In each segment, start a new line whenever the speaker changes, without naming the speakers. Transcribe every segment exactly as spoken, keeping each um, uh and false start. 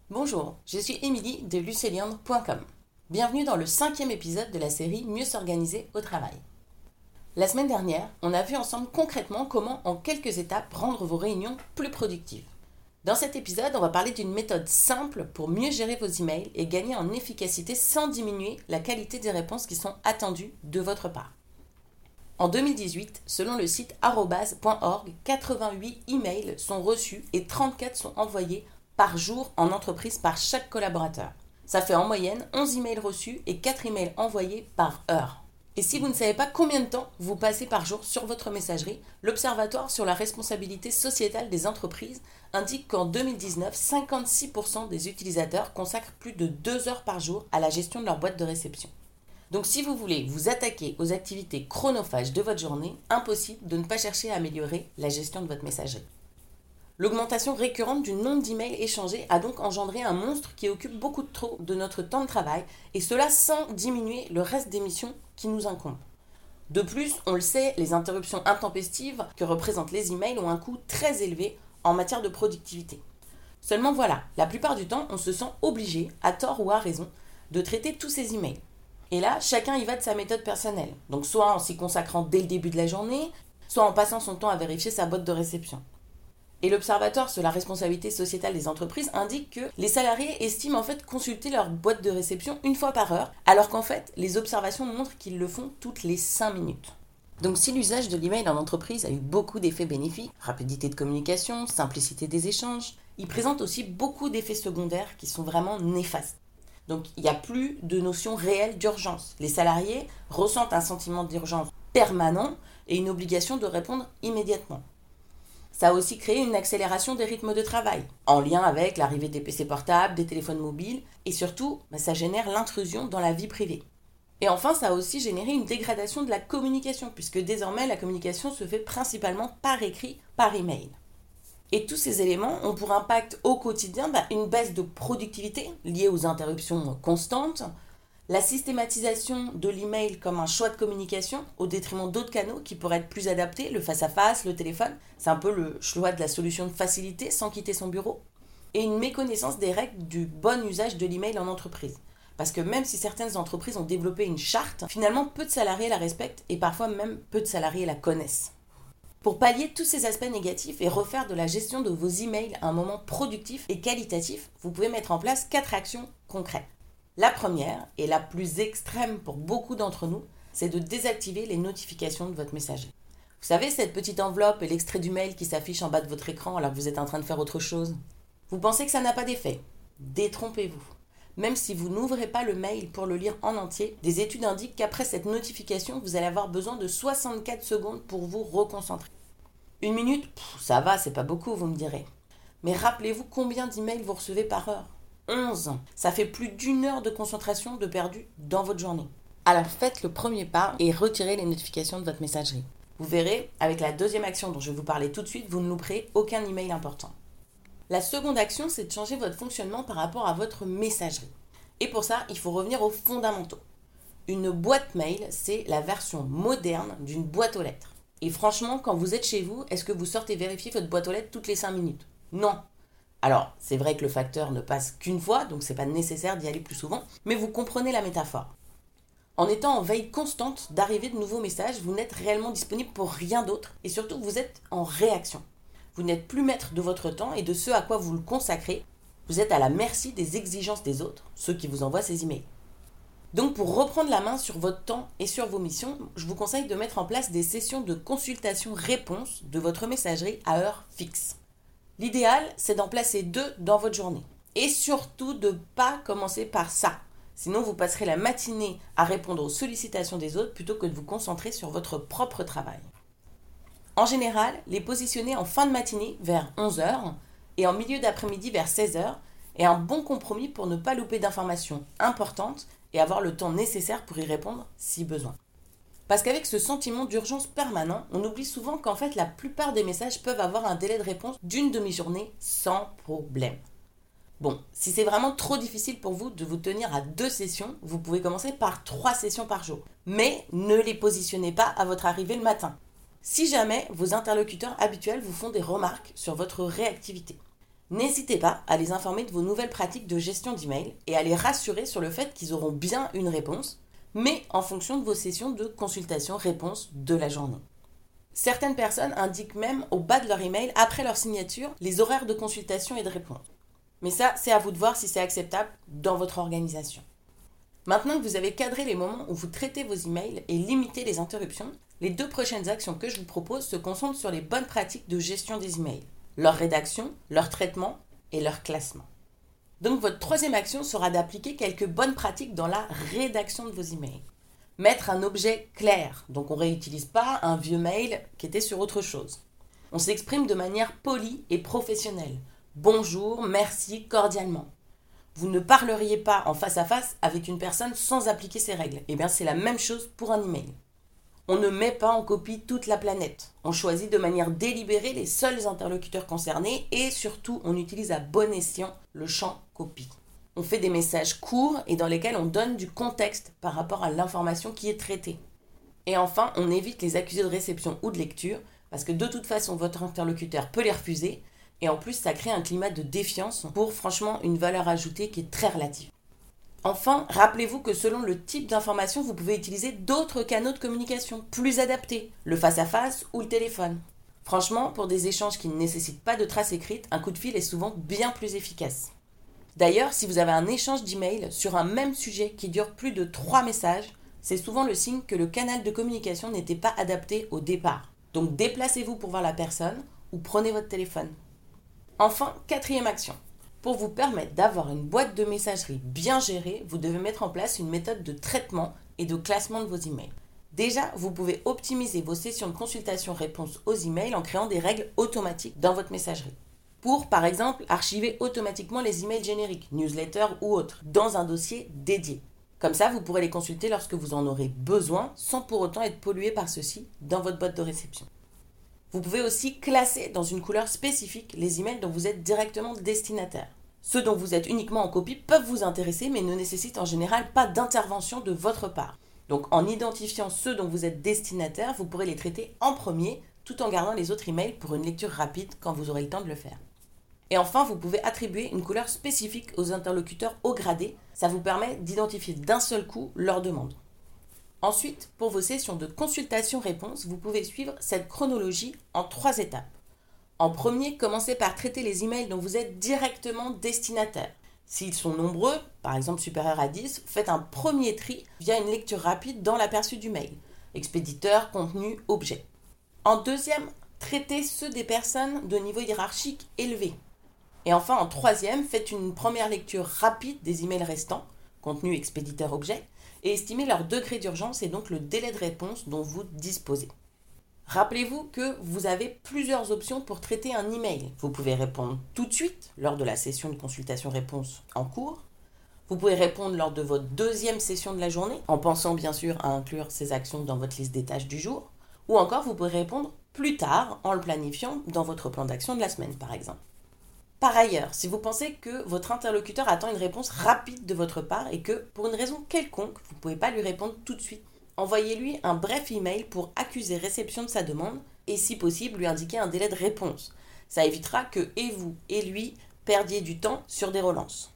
Bonjour, je suis Émilie de luceliandre point com. Bienvenue dans le cinquième épisode de la série Mieux s'organiser au travail. La semaine dernière, on a vu ensemble concrètement comment, en quelques étapes, rendre vos réunions plus productives. Dans cet épisode, on va parler d'une méthode simple pour mieux gérer vos emails et gagner en efficacité sans diminuer la qualité des réponses qui sont attendues de votre part. En deux mille dix-huit, selon le site arobase point org, quatre-vingt-huit emails sont reçus et trente-quatre sont envoyés par jour en entreprise par chaque collaborateur. Ça fait en moyenne onze emails reçus et quatre emails envoyés par heure. Et si vous ne savez pas combien de temps vous passez par jour sur votre messagerie, l'Observatoire sur la responsabilité sociétale des entreprises indique qu'en deux mille dix-neuf, cinquante-six pour cent des utilisateurs consacrent plus de deux heures par jour à la gestion de leur boîte de réception. Donc si vous voulez vous attaquer aux activités chronophages de votre journée, impossible de ne pas chercher à améliorer la gestion de votre messagerie. L'augmentation récurrente du nombre d'emails échangés a donc engendré un monstre qui occupe beaucoup trop de notre temps de travail, et cela sans diminuer le reste des missions qui nous incombent. De plus, on le sait, les interruptions intempestives que représentent les emails ont un coût très élevé en matière de productivité. Seulement voilà, la plupart du temps, on se sent obligé, à tort ou à raison, de traiter tous ces emails. Et là, chacun y va de sa méthode personnelle, donc soit en s'y consacrant dès le début de la journée, soit en passant son temps à vérifier sa boîte de réception. Et l'Observatoire sur la responsabilité sociétale des entreprises indique que les salariés estiment en fait consulter leur boîte de réception une fois par heure, alors qu'en fait, les observations montrent qu'ils le font toutes les cinq minutes. Donc si l'usage de l'email en entreprise a eu beaucoup d'effets bénéfiques, rapidité de communication, simplicité des échanges, il présente aussi beaucoup d'effets secondaires qui sont vraiment néfastes. Donc il n'y a plus de notion réelle d'urgence. Les salariés ressentent un sentiment d'urgence permanent et une obligation de répondre immédiatement. Ça a aussi créé une accélération des rythmes de travail, en lien avec l'arrivée des P C portables, des téléphones mobiles, et surtout, bah, ça génère l'intrusion dans la vie privée. Et enfin, ça a aussi généré une dégradation de la communication, puisque désormais, la communication se fait principalement par écrit, par email. Et tous ces éléments ont pour impact au quotidien bah, une baisse de productivité liée aux interruptions constantes, la systématisation de l'email comme un choix de communication au détriment d'autres canaux qui pourraient être plus adaptés, le face-à-face, le téléphone, c'est un peu le choix de la solution de facilité sans quitter son bureau, et une méconnaissance des règles du bon usage de l'email en entreprise. Parce que même si certaines entreprises ont développé une charte, finalement peu de salariés la respectent et parfois même peu de salariés la connaissent. Pour pallier tous ces aspects négatifs et refaire de la gestion de vos emails un moment productif et qualitatif, vous pouvez mettre en place quatre actions concrètes. La première, et la plus extrême pour beaucoup d'entre nous, c'est de désactiver les notifications de votre messagerie. Vous savez, cette petite enveloppe et l'extrait du mail qui s'affiche en bas de votre écran alors que vous êtes en train de faire autre chose. Vous pensez que ça n'a pas d'effet ? Détrompez-vous. Même si vous n'ouvrez pas le mail pour le lire en entier, des études indiquent qu'après cette notification, vous allez avoir besoin de soixante-quatre secondes pour vous reconcentrer. Une minute, pff, ça va, c'est pas beaucoup, vous me direz. Mais rappelez-vous combien d'emails vous recevez par heure ? onze. Ça fait plus d'une heure de concentration de perdu dans votre journée. Alors faites le premier pas et retirez les notifications de votre messagerie. Vous verrez, avec la deuxième action dont je vais vous parler tout de suite, vous ne louperez aucun email important. La seconde action, c'est de changer votre fonctionnement par rapport à votre messagerie. Et pour ça, il faut revenir aux fondamentaux. Une boîte mail, c'est la version moderne d'une boîte aux lettres. Et franchement, quand vous êtes chez vous, est-ce que vous sortez vérifier votre boîte aux lettres toutes les cinq minutes ? Non. Alors, c'est vrai que le facteur ne passe qu'une fois, donc c'est pas nécessaire d'y aller plus souvent, mais vous comprenez la métaphore. En étant en veille constante d'arrivée de nouveaux messages, vous n'êtes réellement disponible pour rien d'autre, et surtout vous êtes en réaction. Vous n'êtes plus maître de votre temps et de ce à quoi vous le consacrez, vous êtes à la merci des exigences des autres, ceux qui vous envoient ces emails. Donc pour reprendre la main sur votre temps et sur vos missions, je vous conseille de mettre en place des sessions de consultation-réponse de votre messagerie à heure fixe. L'idéal, c'est d'en placer deux dans votre journée. Et surtout de ne pas commencer par ça. Sinon, vous passerez la matinée à répondre aux sollicitations des autres plutôt que de vous concentrer sur votre propre travail. En général, les positionner en fin de matinée vers onze heures et en milieu d'après-midi vers seize heures est un bon compromis pour ne pas louper d'informations importantes et avoir le temps nécessaire pour y répondre si besoin. Parce qu'avec ce sentiment d'urgence permanent, on oublie souvent qu'en fait la plupart des messages peuvent avoir un délai de réponse d'une demi-journée sans problème. Bon, si c'est vraiment trop difficile pour vous de vous tenir à deux sessions, vous pouvez commencer par trois sessions par jour. Mais ne les positionnez pas à votre arrivée le matin. Si jamais vos interlocuteurs habituels vous font des remarques sur votre réactivité. N'hésitez pas à les informer de vos nouvelles pratiques de gestion d'email et à les rassurer sur le fait qu'ils auront bien une réponse, mais en fonction de vos sessions de consultation-réponse de la journée. Certaines personnes indiquent même au bas de leur email, après leur signature, les horaires de consultation et de réponse. Mais ça, c'est à vous de voir si c'est acceptable dans votre organisation. Maintenant que vous avez cadré les moments où vous traitez vos emails et limité les interruptions, les deux prochaines actions que je vous propose se concentrent sur les bonnes pratiques de gestion des emails, leur rédaction, leur traitement et leur classement. Donc votre troisième action sera d'appliquer quelques bonnes pratiques dans la rédaction de vos emails. Mettre un objet clair, donc on ne réutilise pas un vieux mail qui était sur autre chose. On s'exprime de manière polie et professionnelle. Bonjour, merci, cordialement. Vous ne parleriez pas en face à face avec une personne sans appliquer ces règles. Eh bien, c'est la même chose pour un email. On ne met pas en copie toute la planète. On choisit de manière délibérée les seuls interlocuteurs concernés et surtout, on utilise à bon escient le champ copie. On fait des messages courts et dans lesquels on donne du contexte par rapport à l'information qui est traitée. Et enfin, on évite les accusés de réception ou de lecture parce que de toute façon, votre interlocuteur peut les refuser et en plus, ça crée un climat de défiance pour franchement une valeur ajoutée qui est très relative. Enfin, rappelez-vous que selon le type d'information, vous pouvez utiliser d'autres canaux de communication plus adaptés, le face-à-face ou le téléphone. Franchement, pour des échanges qui ne nécessitent pas de traces écrites, un coup de fil est souvent bien plus efficace. D'ailleurs, si vous avez un échange d'email sur un même sujet qui dure plus de trois messages, c'est souvent le signe que le canal de communication n'était pas adapté au départ. Donc déplacez-vous pour voir la personne ou prenez votre téléphone. Enfin, quatrième action. Pour vous permettre d'avoir une boîte de messagerie bien gérée, vous devez mettre en place une méthode de traitement et de classement de vos emails. Déjà, vous pouvez optimiser vos sessions de consultation-réponse aux emails en créant des règles automatiques dans votre messagerie. Pour, par exemple, archiver automatiquement les emails génériques, newsletters ou autres, dans un dossier dédié. Comme ça, vous pourrez les consulter lorsque vous en aurez besoin, sans pour autant être pollué par ceux-ci dans votre boîte de réception. Vous pouvez aussi classer dans une couleur spécifique les emails dont vous êtes directement destinataire. Ceux dont vous êtes uniquement en copie peuvent vous intéresser mais ne nécessitent en général pas d'intervention de votre part. Donc en identifiant ceux dont vous êtes destinataire, vous pourrez les traiter en premier tout en gardant les autres emails pour une lecture rapide quand vous aurez le temps de le faire. Et enfin, vous pouvez attribuer une couleur spécifique aux interlocuteurs haut gradés. Ça vous permet d'identifier d'un seul coup leurs demandes. Ensuite, pour vos sessions de consultation-réponse, vous pouvez suivre cette chronologie en trois étapes. En premier, commencez par traiter les emails dont vous êtes directement destinataire. S'ils sont nombreux, par exemple supérieurs à dix, faites un premier tri via une lecture rapide dans l'aperçu du mail. Expéditeur, contenu, objet. En deuxième, traitez ceux des personnes de niveau hiérarchique élevé. Et enfin, en troisième, faites une première lecture rapide des emails restants, contenu, expéditeur, objet, et estimez leur degré d'urgence et donc le délai de réponse dont vous disposez. Rappelez-vous que vous avez plusieurs options pour traiter un email. Vous pouvez répondre tout de suite lors de la session de consultation-réponse en cours. Vous pouvez répondre lors de votre deuxième session de la journée, en pensant bien sûr à inclure ces actions dans votre liste des tâches du jour. Ou encore, vous pouvez répondre plus tard en le planifiant dans votre plan d'action de la semaine, par exemple. Par ailleurs, si vous pensez que votre interlocuteur attend une réponse rapide de votre part et que, pour une raison quelconque, vous ne pouvez pas lui répondre tout de suite, envoyez-lui un bref email pour accuser réception de sa demande et, si possible, lui indiquer un délai de réponse. Ça évitera que et vous et lui perdiez du temps sur des relances.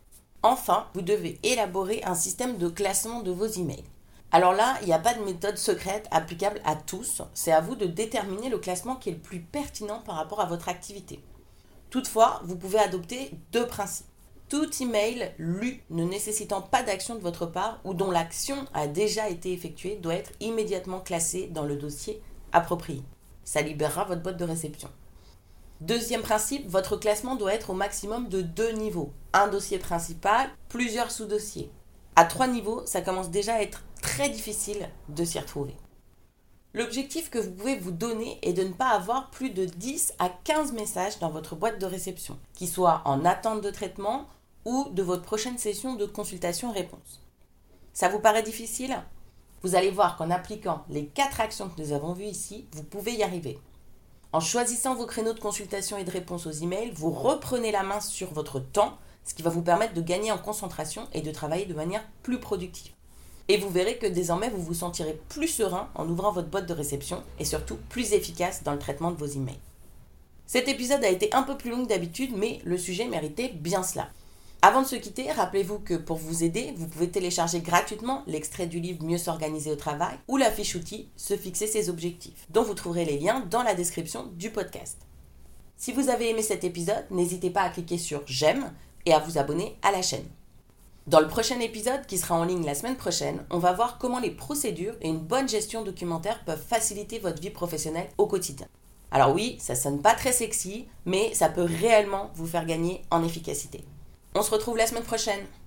Enfin, vous devez élaborer un système de classement de vos emails. Alors là, il n'y a pas de méthode secrète applicable à tous. C'est à vous de déterminer le classement qui est le plus pertinent par rapport à votre activité. Toutefois, vous pouvez adopter deux principes. Tout email lu ne nécessitant pas d'action de votre part ou dont l'action a déjà été effectuée doit être immédiatement classé dans le dossier approprié. Ça libérera votre boîte de réception. Deuxième principe, votre classement doit être au maximum de deux niveaux. Un dossier principal, plusieurs sous-dossiers. À trois niveaux, ça commence déjà à être très difficile de s'y retrouver. L'objectif que vous pouvez vous donner est de ne pas avoir plus de dix à quinze messages dans votre boîte de réception, qui soient en attente de traitement ou de votre prochaine session de consultation-réponse. Ça vous paraît difficile ? Vous allez voir qu'en appliquant les quatre actions que nous avons vues ici, vous pouvez y arriver. En choisissant vos créneaux de consultation et de réponse aux emails, vous reprenez la main sur votre temps, ce qui va vous permettre de gagner en concentration et de travailler de manière plus productive. Et vous verrez que désormais, vous vous sentirez plus serein en ouvrant votre boîte de réception et surtout plus efficace dans le traitement de vos emails. Cet épisode a été un peu plus long que d'habitude, mais le sujet méritait bien cela. Avant de se quitter, rappelez-vous que pour vous aider, vous pouvez télécharger gratuitement l'extrait du livre Mieux s'organiser au travail ou la fiche outil Se fixer ses objectifs, dont vous trouverez les liens dans la description du podcast. Si vous avez aimé cet épisode, n'hésitez pas à cliquer sur j'aime et à vous abonner à la chaîne. Dans le prochain épisode, qui sera en ligne la semaine prochaine, on va voir comment les procédures et une bonne gestion documentaire peuvent faciliter votre vie professionnelle au quotidien. Alors oui, ça sonne pas très sexy, mais ça peut réellement vous faire gagner en efficacité. On se retrouve la semaine prochaine.